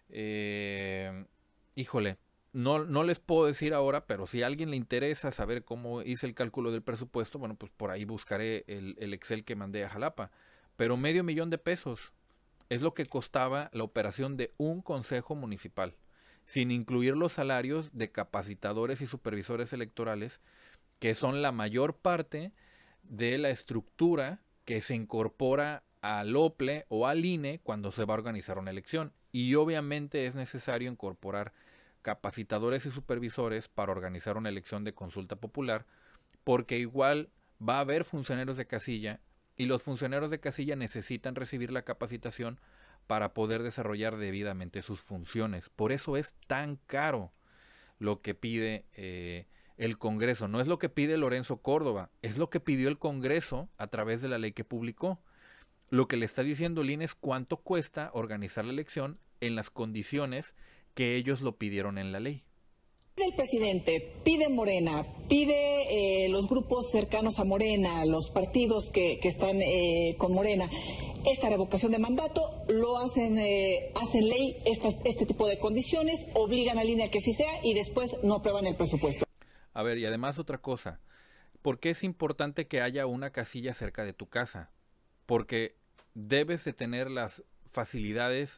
Híjole, no les puedo decir ahora, pero si a alguien le interesa saber cómo hice el cálculo del presupuesto, bueno, pues por ahí buscaré el Excel que mandé a Jalapa. Pero $500,000 es lo que costaba la operación de un consejo municipal, sin incluir los salarios de capacitadores y supervisores electorales, que son la mayor parte de la estructura que se incorpora al OPLE o al INE cuando se va a organizar una elección. Y obviamente es necesario incorporar capacitadores y supervisores para organizar una elección de consulta popular, porque igual va a haber funcionarios de casilla y los funcionarios de casilla necesitan recibir la capacitación para poder desarrollar debidamente sus funciones. Por eso es tan caro lo que pide el Congreso. No es lo que pide Lorenzo Córdoba, es lo que pidió el Congreso a través de la ley que publicó. Lo que le está diciendo el INE es cuánto cuesta organizar la elección en las condiciones que ellos lo pidieron en la ley. Pide el presidente, pide Morena, pide los grupos cercanos a Morena, los partidos que están con Morena. Esta revocación de mandato lo hacen ley este tipo de condiciones, obligan al INE a que sí sea y después no aprueban el presupuesto. A ver, y además otra cosa, ¿por qué es importante que haya una casilla cerca de tu casa? Porque debes de tener las facilidades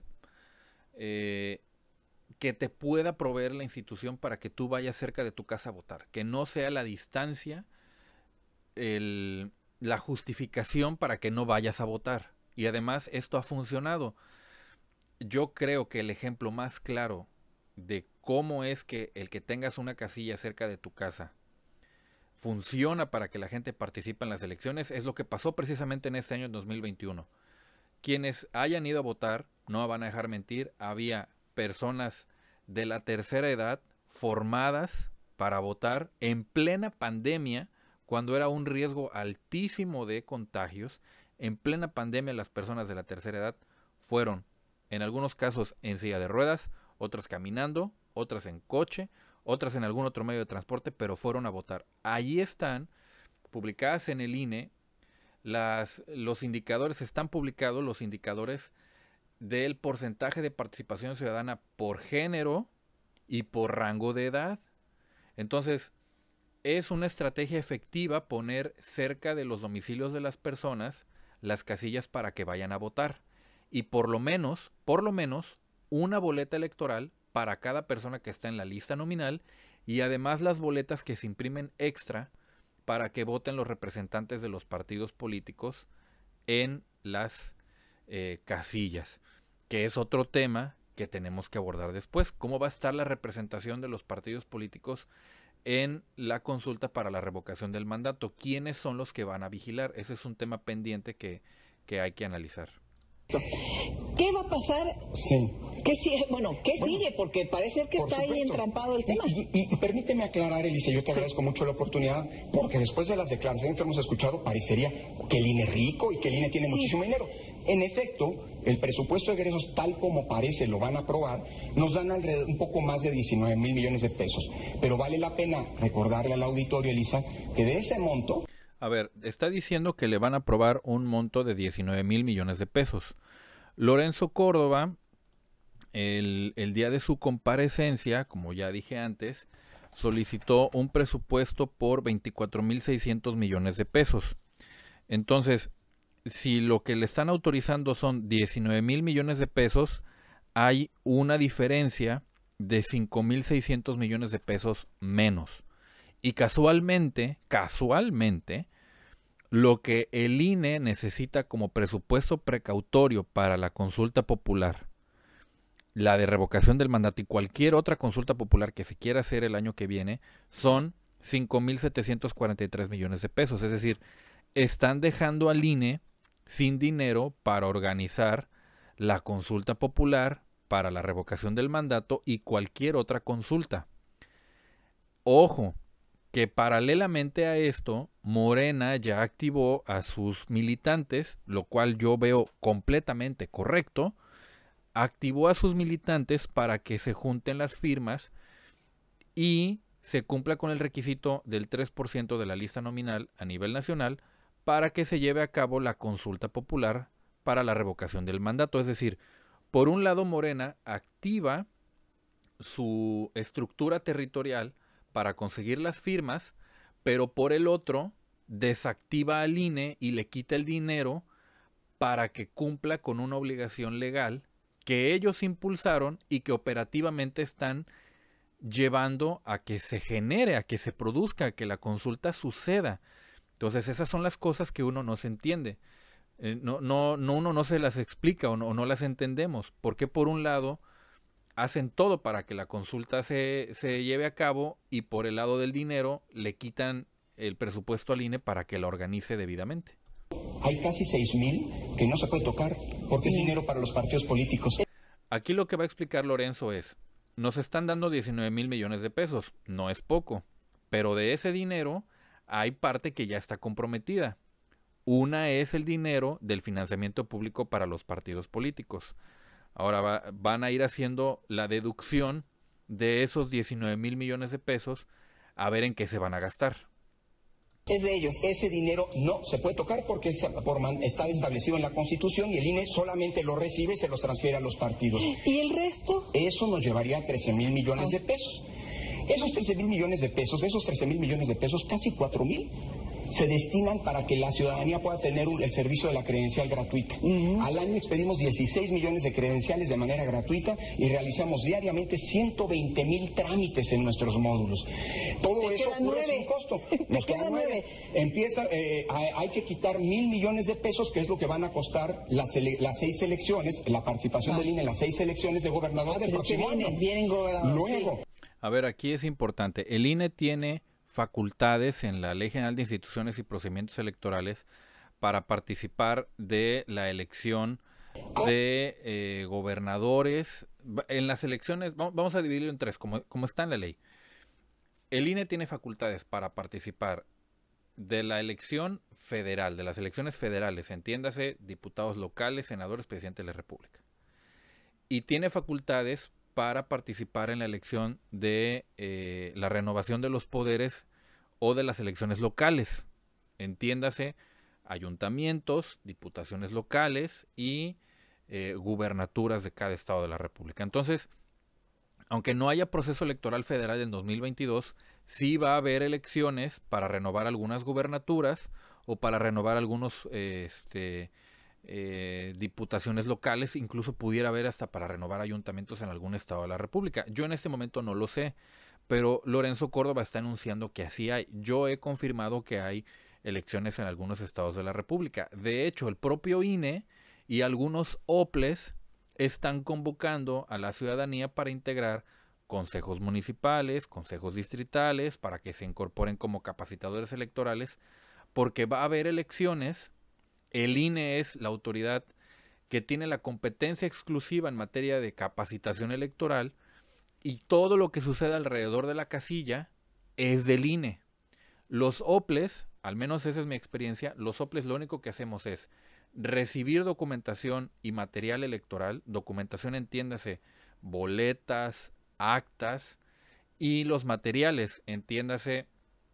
que te pueda proveer la institución para que tú vayas cerca de tu casa a votar, que no sea la distancia la justificación para que no vayas a votar. Y además esto ha funcionado. Yo creo que el ejemplo más claro de cómo es que el que tengas una casilla cerca de tu casa funciona para que la gente participe en las elecciones es lo que pasó precisamente en este año 2021. Quienes hayan ido a votar, no van a dejar mentir, había personas de la tercera edad formadas para votar en plena pandemia, cuando era un riesgo altísimo de contagios. En plena pandemia las personas de la tercera edad fueron, en algunos casos en silla de ruedas, otras caminando, otras en coche, otras en algún otro medio de transporte, pero fueron a votar. Allí están publicadas en el INE los indicadores, están publicados los indicadores del porcentaje de participación ciudadana por género y por rango de edad. Entonces, es una estrategia efectiva poner cerca de los domicilios de las personas las casillas para que vayan a votar. Y por lo menos, una boleta electoral para cada persona que está en la lista nominal, y además las boletas que se imprimen extra para que voten los representantes de los partidos políticos en las casillas, que es otro tema que tenemos que abordar después. ¿Cómo va a estar la representación de los partidos políticos en la consulta para la revocación del mandato? ¿Quiénes son los que van a vigilar? Ese es un tema pendiente que hay que analizar. Perfecto. ¿Qué va a pasar? Sí. ¿Qué sigue? Bueno, ¿qué sigue? Porque parece que está ahí entrampado el tema. Y permíteme aclarar, Elisa, yo te agradezco mucho la oportunidad, porque después de las declaraciones que hemos escuchado, parecería que el INE es rico y que el INE tiene muchísimo dinero. En efecto, el presupuesto de egresos, tal como parece lo van a aprobar, nos dan alrededor un poco más de 19,000 millones de pesos. Pero vale la pena recordarle al auditorio, Elisa, que de ese monto... A ver, está diciendo que le van a aprobar un monto de 19,000 millones de pesos. Lorenzo Córdoba, el día de su comparecencia, como ya dije antes, solicitó un presupuesto por 24,600 millones de pesos. Entonces, si lo que le están autorizando son 19,000 millones de pesos, hay una diferencia de 5,600 millones de pesos menos. Y casualmente, lo que el INE necesita como presupuesto precautorio para la consulta popular, la de revocación del mandato y cualquier otra consulta popular que se quiera hacer el año que viene, son 5,743 millones de pesos. Es decir, están dejando al INE sin dinero para organizar la consulta popular, para la revocación del mandato y cualquier otra consulta. Ojo, que paralelamente a esto, Morena ya activó a sus militantes, lo cual yo veo completamente correcto, activó a sus militantes para que se junten las firmas y se cumpla con el requisito del 3% de la lista nominal a nivel nacional para que se lleve a cabo la consulta popular para la revocación del mandato. Es decir, por un lado Morena activa su estructura territorial para conseguir las firmas, pero por el otro desactiva al INE y le quita el dinero para que cumpla con una obligación legal que ellos impulsaron y que operativamente están llevando a que se genere, a que se produzca, a que la consulta suceda. Entonces esas son las cosas que uno no se entiende. Uno no se las explica o no las entendemos. Porque por un lado hacen todo para que la consulta se lleve a cabo y por el lado del dinero le quitan el presupuesto al INE para que la organice debidamente. Hay casi 6,000 que no se puede tocar porque es dinero para los partidos políticos. Aquí lo que va a explicar Lorenzo es, nos están dando 19,000 millones de pesos, no es poco, pero de ese dinero hay parte que ya está comprometida. Una es el dinero del financiamiento público para los partidos políticos. Ahora van a ir haciendo la deducción de esos 19,000 millones de pesos a ver en qué se van a gastar. Es de ellos. Ese dinero no se puede tocar porque está establecido en la Constitución y el INE solamente lo recibe y se los transfiere a los partidos. ¿Y el resto? Eso nos llevaría a 13,000 millones de pesos. Esos 13,000 millones de pesos, de esos 13,000 millones de pesos, casi 4,000 se destinan para que la ciudadanía pueda tener el servicio de la credencial gratuita. Al año expedimos 16 millones de credenciales de manera gratuita y realizamos diariamente 120,000 trámites en nuestros módulos. Todo eso ocurre sin costo. Nos quedan 9. Hay que quitar 1,000 millones de pesos, que es lo que van a costar las 6 elecciones, la participación del INE en las 6 elecciones de gobernador del próximo año. Vienen gobernadores. Luego. Sí. A ver, aquí es importante. El INE tiene facultades en la Ley General de Instituciones y Procedimientos Electorales para participar de la elección de gobernadores. En las elecciones, vamos a dividirlo en tres, como está en la ley. El INE tiene facultades para participar de la elección federal, de las elecciones federales, entiéndase, diputados locales, senadores, presidente de la República. Y tiene facultades para participar en la elección de la renovación de los poderes o de las elecciones locales. Entiéndase, ayuntamientos, diputaciones locales y gubernaturas de cada estado de la República. Entonces, aunque no haya proceso electoral federal en 2022, sí va a haber elecciones para renovar algunas gubernaturas o para renovar algunos diputaciones locales, incluso pudiera haber hasta para renovar ayuntamientos en algún estado de la República. Yo en este momento no lo sé, pero Lorenzo Córdoba está anunciando que así hay. Yo he confirmado que hay elecciones en algunos estados de la República. De hecho, el propio INE y algunos OPLES están convocando a la ciudadanía para integrar consejos municipales, consejos distritales, para que se incorporen como capacitadores electorales, porque va a haber elecciones. El INE es la autoridad que tiene la competencia exclusiva en materia de capacitación electoral y todo lo que sucede alrededor de la casilla es del INE. Los OPLES, al menos esa es mi experiencia, los OPLES lo único que hacemos es recibir documentación y material electoral, documentación entiéndase, boletas, actas y los materiales, entiéndase,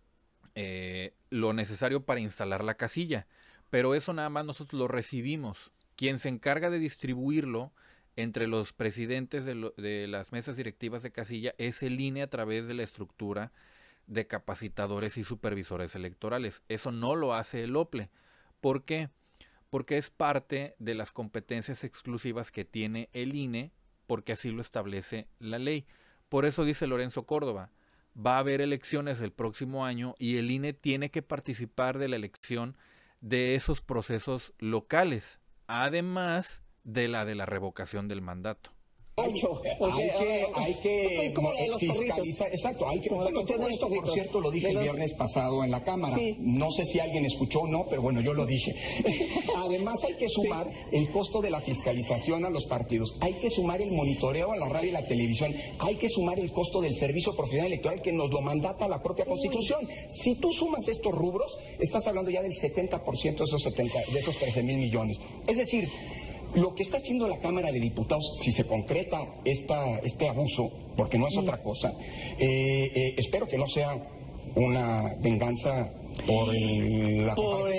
lo necesario para instalar la casilla, pero eso nada más nosotros lo recibimos. Quien se encarga de distribuirlo entre los presidentes de las mesas directivas de casilla es el INE a través de la estructura de capacitadores y supervisores electorales. Eso no lo hace el OPLE. ¿Por qué? Porque es parte de las competencias exclusivas que tiene el INE, porque así lo establece la ley. Por eso dice Lorenzo Córdoba, va a haber elecciones el próximo año y el INE tiene que participar de la elección de esos procesos locales, además de la revocación del mandato. Hay que fiscalizar, exacto, esto por cierto lo dije el viernes pasado en la Cámara, sí. No sé si alguien escuchó o no, pero bueno, yo lo dije. Además hay que sumar el costo de la fiscalización a los partidos, hay que sumar el monitoreo a la radio y la televisión, hay que sumar el costo del servicio profesional electoral que nos lo mandata la propia Constitución. Si tú sumas estos rubros, estás hablando ya del 70% de esos 13,000 millones. Es decir, lo que está haciendo la Cámara de Diputados, si se concreta este abuso, porque no es otra cosa, espero que no sea una venganza por la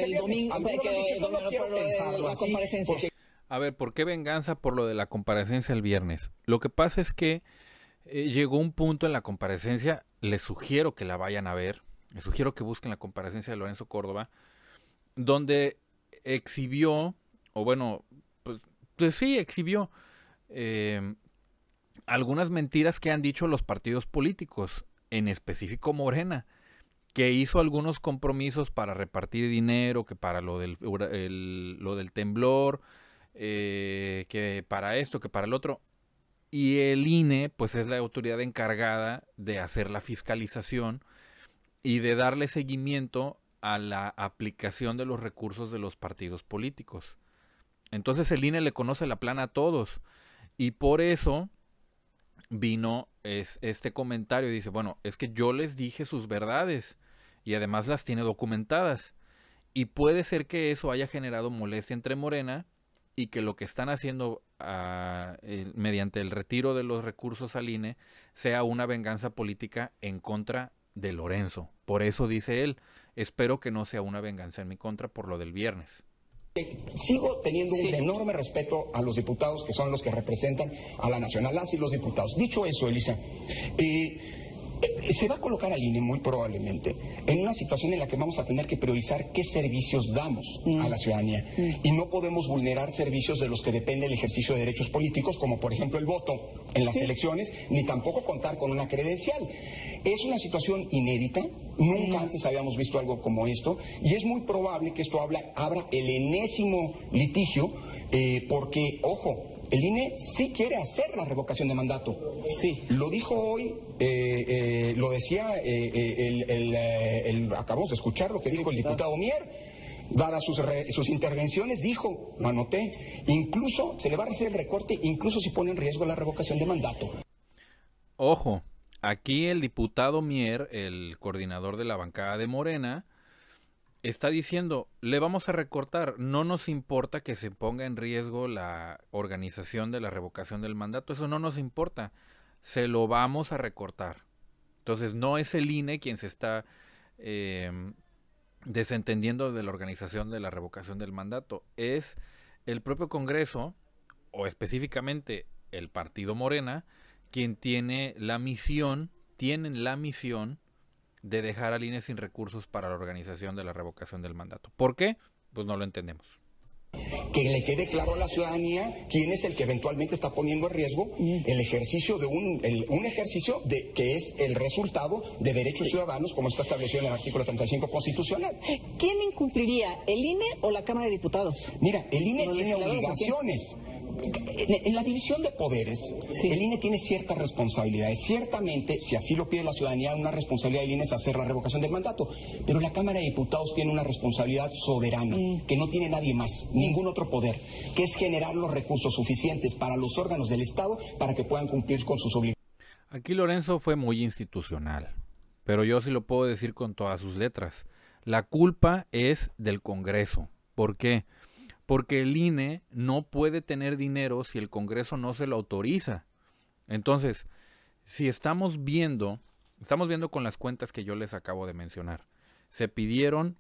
comparecencia. A ver, ¿por qué venganza por lo de la comparecencia el viernes? Lo que pasa es que llegó un punto en la comparecencia, les sugiero que la vayan a ver, les sugiero que busquen la comparecencia de Lorenzo Córdoba, donde exhibió, o bueno, pues sí, exhibió algunas mentiras que han dicho los partidos políticos, en específico Morena, que hizo algunos compromisos para repartir dinero, que para lo del temblor, que para esto, que para el otro. Y el INE, pues es la autoridad encargada de hacer la fiscalización y de darle seguimiento a la aplicación de los recursos de los partidos políticos. Entonces el INE le conoce la plana a todos y por eso vino este comentario y dice, bueno, es que yo les dije sus verdades y además las tiene documentadas y puede ser que eso haya generado molestia entre Morena y que lo que están haciendo mediante el retiro de los recursos al INE sea una venganza política en contra de Lorenzo. Por eso dice él, espero que no sea una venganza en mi contra por lo del viernes. Sigo teniendo un enorme respeto a los diputados que son los que representan a la nación, a las y los diputados. Dicho eso, Elisa, se va a colocar al INE muy probablemente en una situación en la que vamos a tener que priorizar qué servicios damos a la ciudadanía y no podemos vulnerar servicios de los que depende el ejercicio de derechos políticos, como por ejemplo el voto en las elecciones, ni tampoco contar con una credencial. Es una situación inédita, nunca antes habíamos visto algo como esto y es muy probable que esto abra el enésimo litigio porque, ojo, el INE sí quiere hacer la revocación de mandato. Sí. Lo dijo hoy, lo decía, acabamos de escuchar lo que dijo el diputado Mier. Dadas sus intervenciones, dijo, lo anoté, incluso se le va a hacer el recorte, incluso si pone en riesgo la revocación de mandato. Ojo, aquí el diputado Mier, el coordinador de la bancada de Morena, está diciendo, le vamos a recortar, no nos importa que se ponga en riesgo la organización de la revocación del mandato, eso no nos importa, se lo vamos a recortar. Entonces no es el INE quien se está desentendiendo de la organización de la revocación del mandato, es el propio Congreso, o específicamente el partido Morena, quien tienen la misión de dejar al INE sin recursos para la organización de la revocación del mandato. ¿Por qué? Pues no lo entendemos. Que le quede claro a la ciudadanía quién es el que eventualmente está poniendo en riesgo el ejercicio de un ejercicio que es el resultado de derechos ciudadanos, como está establecido en el artículo 35 constitucional. ¿Quién incumpliría, el INE o la Cámara de Diputados? Mira, el INE tiene obligaciones. en la división de poderes, el INE tiene ciertas responsabilidades. Ciertamente, si así lo pide la ciudadanía, una responsabilidad del INE es hacer la revocación del mandato. Pero la Cámara de Diputados tiene una responsabilidad soberana, que no tiene nadie más, ningún otro poder, que es generar los recursos suficientes para los órganos del Estado para que puedan cumplir con sus obligaciones. Aquí Lorenzo fue muy institucional, pero yo sí lo puedo decir con todas sus letras. La culpa es del Congreso. ¿Por qué? Porque el INE no puede tener dinero si el Congreso no se lo autoriza. Entonces, si estamos viendo con las cuentas que yo les acabo de mencionar, se pidieron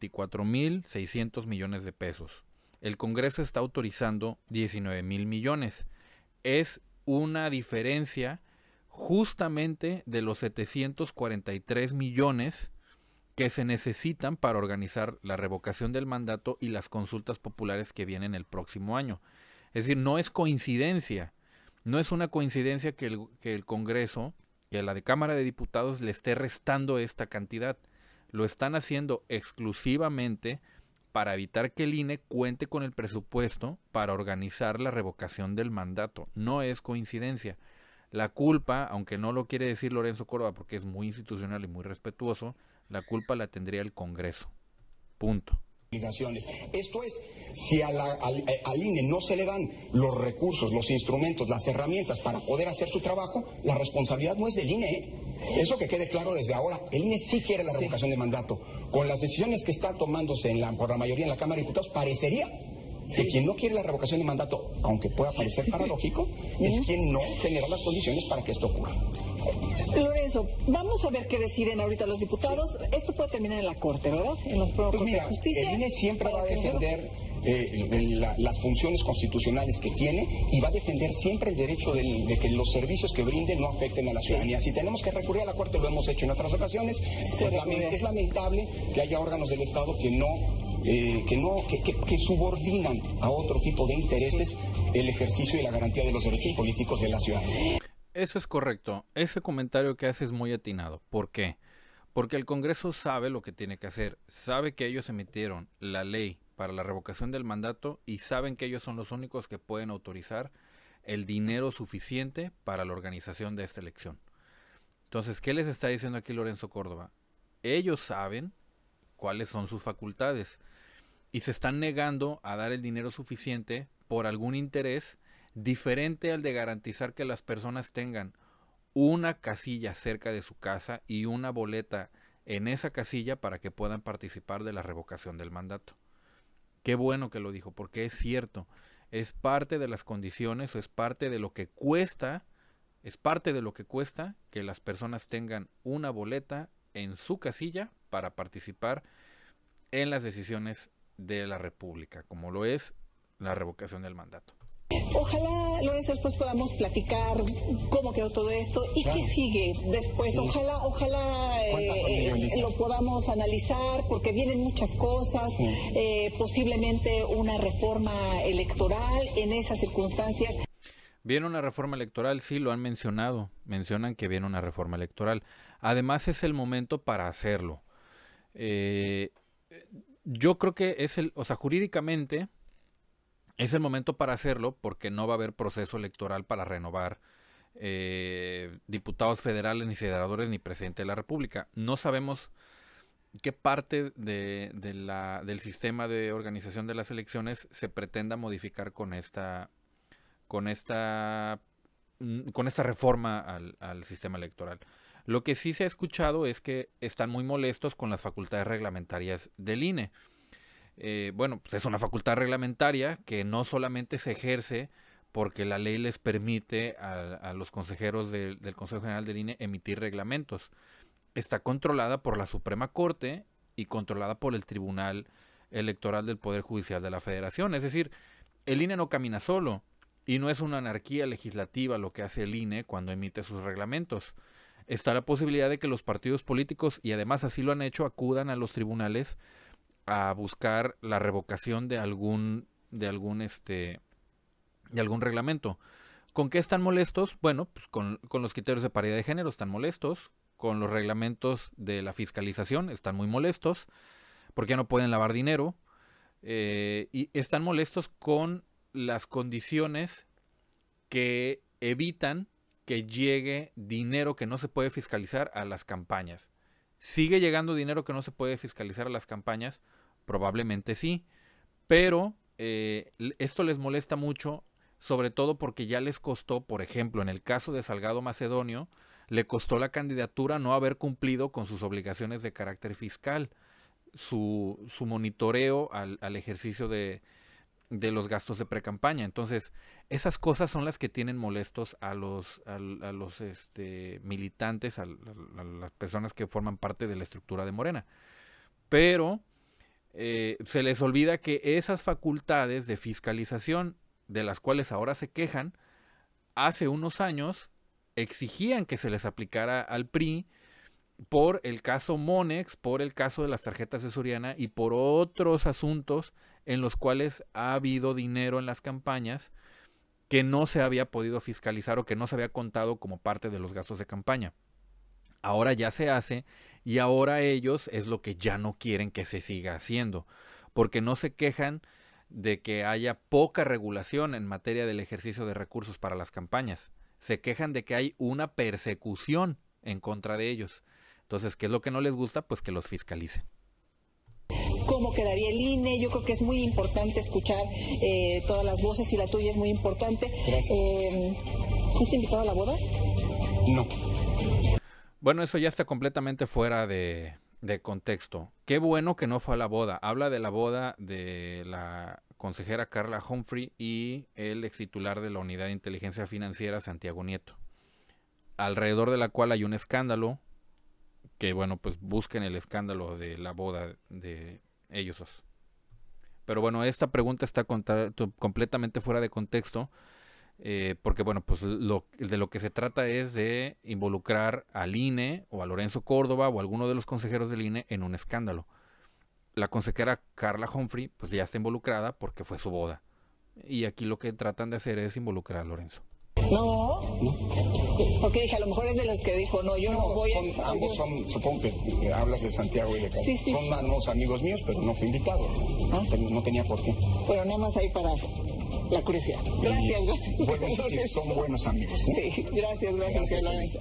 24,600 millones de pesos. El Congreso está autorizando 19,000 millones. Es una diferencia justamente de los 743 millones que se necesitan para organizar la revocación del mandato y las consultas populares que vienen el próximo año. Es decir, no es coincidencia, no es una coincidencia que el Congreso, que la de Cámara de Diputados le esté restando esta cantidad. Lo están haciendo exclusivamente para evitar que el INE cuente con el presupuesto para organizar la revocación del mandato. No es coincidencia. La culpa, aunque no lo quiere decir Lorenzo Córdoba porque es muy institucional y muy respetuoso, la culpa la tendría el Congreso. Punto. Esto es, si al INE no se le dan los recursos, los instrumentos, las herramientas para poder hacer su trabajo, la responsabilidad no es del INE, ¿eh? Eso que quede claro desde ahora. El INE sí quiere la revocación de mandato. Con las decisiones que están tomándose por la mayoría en la Cámara de Diputados, parecería que quien no quiere la revocación de mandato, aunque pueda parecer paradójico, es quien no genera las condiciones para que esto ocurra. Lorenzo, vamos a ver qué deciden ahorita los diputados. Esto puede terminar en la Corte, ¿verdad? En los Pues mira, justicia. el INE siempre va a defender las funciones constitucionales que tiene y va a defender siempre el derecho de que los servicios que brinden no afecten a la ciudadanía. Si tenemos que recurrir a la Corte, lo hemos hecho en otras ocasiones, pues es lamentable que haya órganos del Estado que subordinan a otro tipo de intereses el ejercicio y la garantía de los derechos políticos de la ciudadanía. Eso es correcto. Ese comentario que hace es muy atinado. ¿Por qué? Porque el Congreso sabe lo que tiene que hacer. Sabe que ellos emitieron la ley para la revocación del mandato y saben que ellos son los únicos que pueden autorizar el dinero suficiente para la organización de esta elección. Entonces, ¿qué les está diciendo aquí Lorenzo Córdoba? Ellos saben cuáles son sus facultades y se están negando a dar el dinero suficiente por algún interés diferente al de garantizar que las personas tengan una casilla cerca de su casa y una boleta en esa casilla para que puedan participar de la revocación del mandato. Qué bueno que lo dijo, porque es cierto, es parte de las condiciones, o es parte de lo que cuesta, que las personas tengan una boleta en su casilla para participar en las decisiones de la República, como lo es la revocación del mandato. Ojalá, Lorenzo, después podamos platicar cómo quedó todo esto y qué sigue después. Ojalá lo podamos analizar porque vienen muchas cosas, posiblemente una reforma electoral en esas circunstancias. Viene una reforma electoral, sí, lo han mencionado. Mencionan que viene una reforma electoral. Además es el momento para hacerlo. Yo creo que jurídicamente es el momento para hacerlo porque no va a haber proceso electoral para renovar diputados federales, ni senadores, ni presidente de la República. No sabemos qué parte del sistema de organización de las elecciones se pretenda modificar con esta reforma al sistema electoral. Lo que sí se ha escuchado es que están muy molestos con las facultades reglamentarias del INE. Bueno, pues es una facultad reglamentaria que no solamente se ejerce porque la ley les permite a los consejeros del Consejo General del INE emitir reglamentos. Está controlada por la Suprema Corte y controlada por el Tribunal Electoral del Poder Judicial de la Federación. Es decir, el INE no camina solo y no es una anarquía legislativa lo que hace el INE cuando emite sus reglamentos. Está la posibilidad de que los partidos políticos, y además así lo han hecho, acudan a los tribunales a buscar la revocación de algún reglamento. ¿Con qué están molestos? Bueno, pues con los criterios de paridad de género están molestos, con los reglamentos de la fiscalización están muy molestos, porque no pueden lavar dinero, y están molestos con las condiciones que evitan que llegue dinero que no se puede fiscalizar a las campañas. ¿Sigue llegando dinero que no se puede fiscalizar a las campañas? Probablemente sí, pero esto les molesta mucho, sobre todo porque ya les costó, por ejemplo, en el caso de Salgado Macedonio, le costó la candidatura no haber cumplido con sus obligaciones de carácter fiscal, su monitoreo al ejercicio de los gastos de precampaña. Entonces, esas cosas son las que tienen molestos a los militantes, a las personas que forman parte de la estructura de Morena. Pero se les olvida que esas facultades de fiscalización, de las cuales ahora se quejan, hace unos años exigían que se les aplicara al PRI por el caso Monex, por el caso de las tarjetas de Soriana y por otros asuntos en los cuales ha habido dinero en las campañas que no se había podido fiscalizar o que no se había contado como parte de los gastos de campaña. Ahora ya se hace y ahora ellos es lo que ya no quieren que se siga haciendo, porque no se quejan de que haya poca regulación en materia del ejercicio de recursos para las campañas. Se quejan de que hay una persecución en contra de ellos. Entonces, ¿qué es lo que no les gusta? Pues que los fiscalicen. ¿Cómo quedaría el INE? Yo creo que es muy importante escuchar todas las voces y la tuya es muy importante. Gracias. ¿Fuiste invitado a la boda? No. Bueno, eso ya está completamente fuera de contexto. Qué bueno que no fue a la boda. Habla de la boda de la consejera Carla Humphrey y el extitular de la Unidad de Inteligencia Financiera, Santiago Nieto, alrededor de la cual hay un escándalo, que bueno, pues busquen el escándalo de la boda de ellos dos. Pero bueno, esta pregunta está completamente fuera de contexto, porque bueno, pues de lo que se trata es de involucrar al INE o a Lorenzo Córdoba o a alguno de los consejeros del INE en un escándalo. La consejera Carla Humphrey pues ya está involucrada porque fue su boda. Y aquí lo que tratan de hacer es involucrar a Lorenzo. No. Porque dije, a lo mejor es de los que dijo, no, yo no voy a... Ambos son, supongo que hablas de Santiago y de Carla. Sí. Son manos amigos míos, pero no fui invitado. No tenía por qué. Pero nada más ahí para la curiosidad. Gracias. Vuelvo a insistir, son buenos amigos. Sí, gracias, Lorenzo.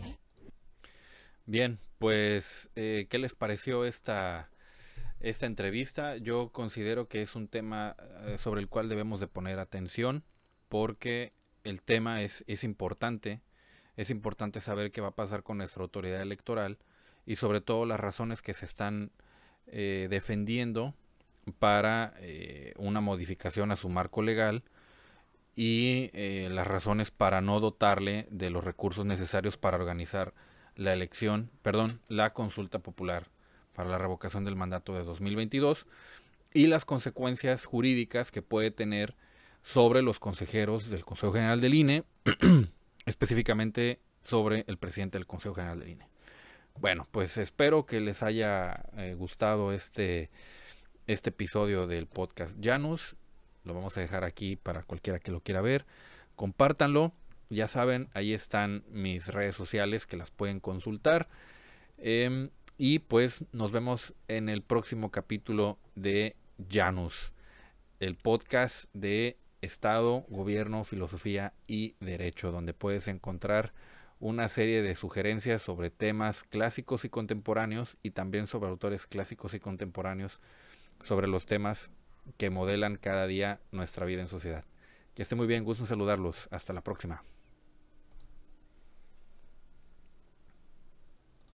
Bien, pues, ¿qué les pareció esta entrevista? Yo considero que es un tema sobre el cual debemos de poner atención, porque el tema es importante. Es importante saber qué va a pasar con nuestra autoridad electoral y sobre todo las razones que se están defendiendo para una modificación a su marco legal y las razones para no dotarle de los recursos necesarios para organizar la consulta popular para la revocación del mandato de 2022 y las consecuencias jurídicas que puede tener sobre los consejeros del Consejo General del INE, específicamente sobre el presidente del Consejo General del INE. Bueno, pues espero que les haya gustado este episodio del podcast Janus. Lo vamos a dejar aquí para cualquiera que lo quiera ver. Compártanlo. Ya saben, ahí están mis redes sociales que las pueden consultar. Y pues nos vemos en el próximo capítulo de Janus, el podcast de Estado, Gobierno, Filosofía y Derecho, donde puedes encontrar una serie de sugerencias sobre temas clásicos y contemporáneos y también sobre autores clásicos y contemporáneos sobre los temas que modelan cada día nuestra vida en sociedad. Que esté muy bien, gusto en saludarlos. Hasta la próxima.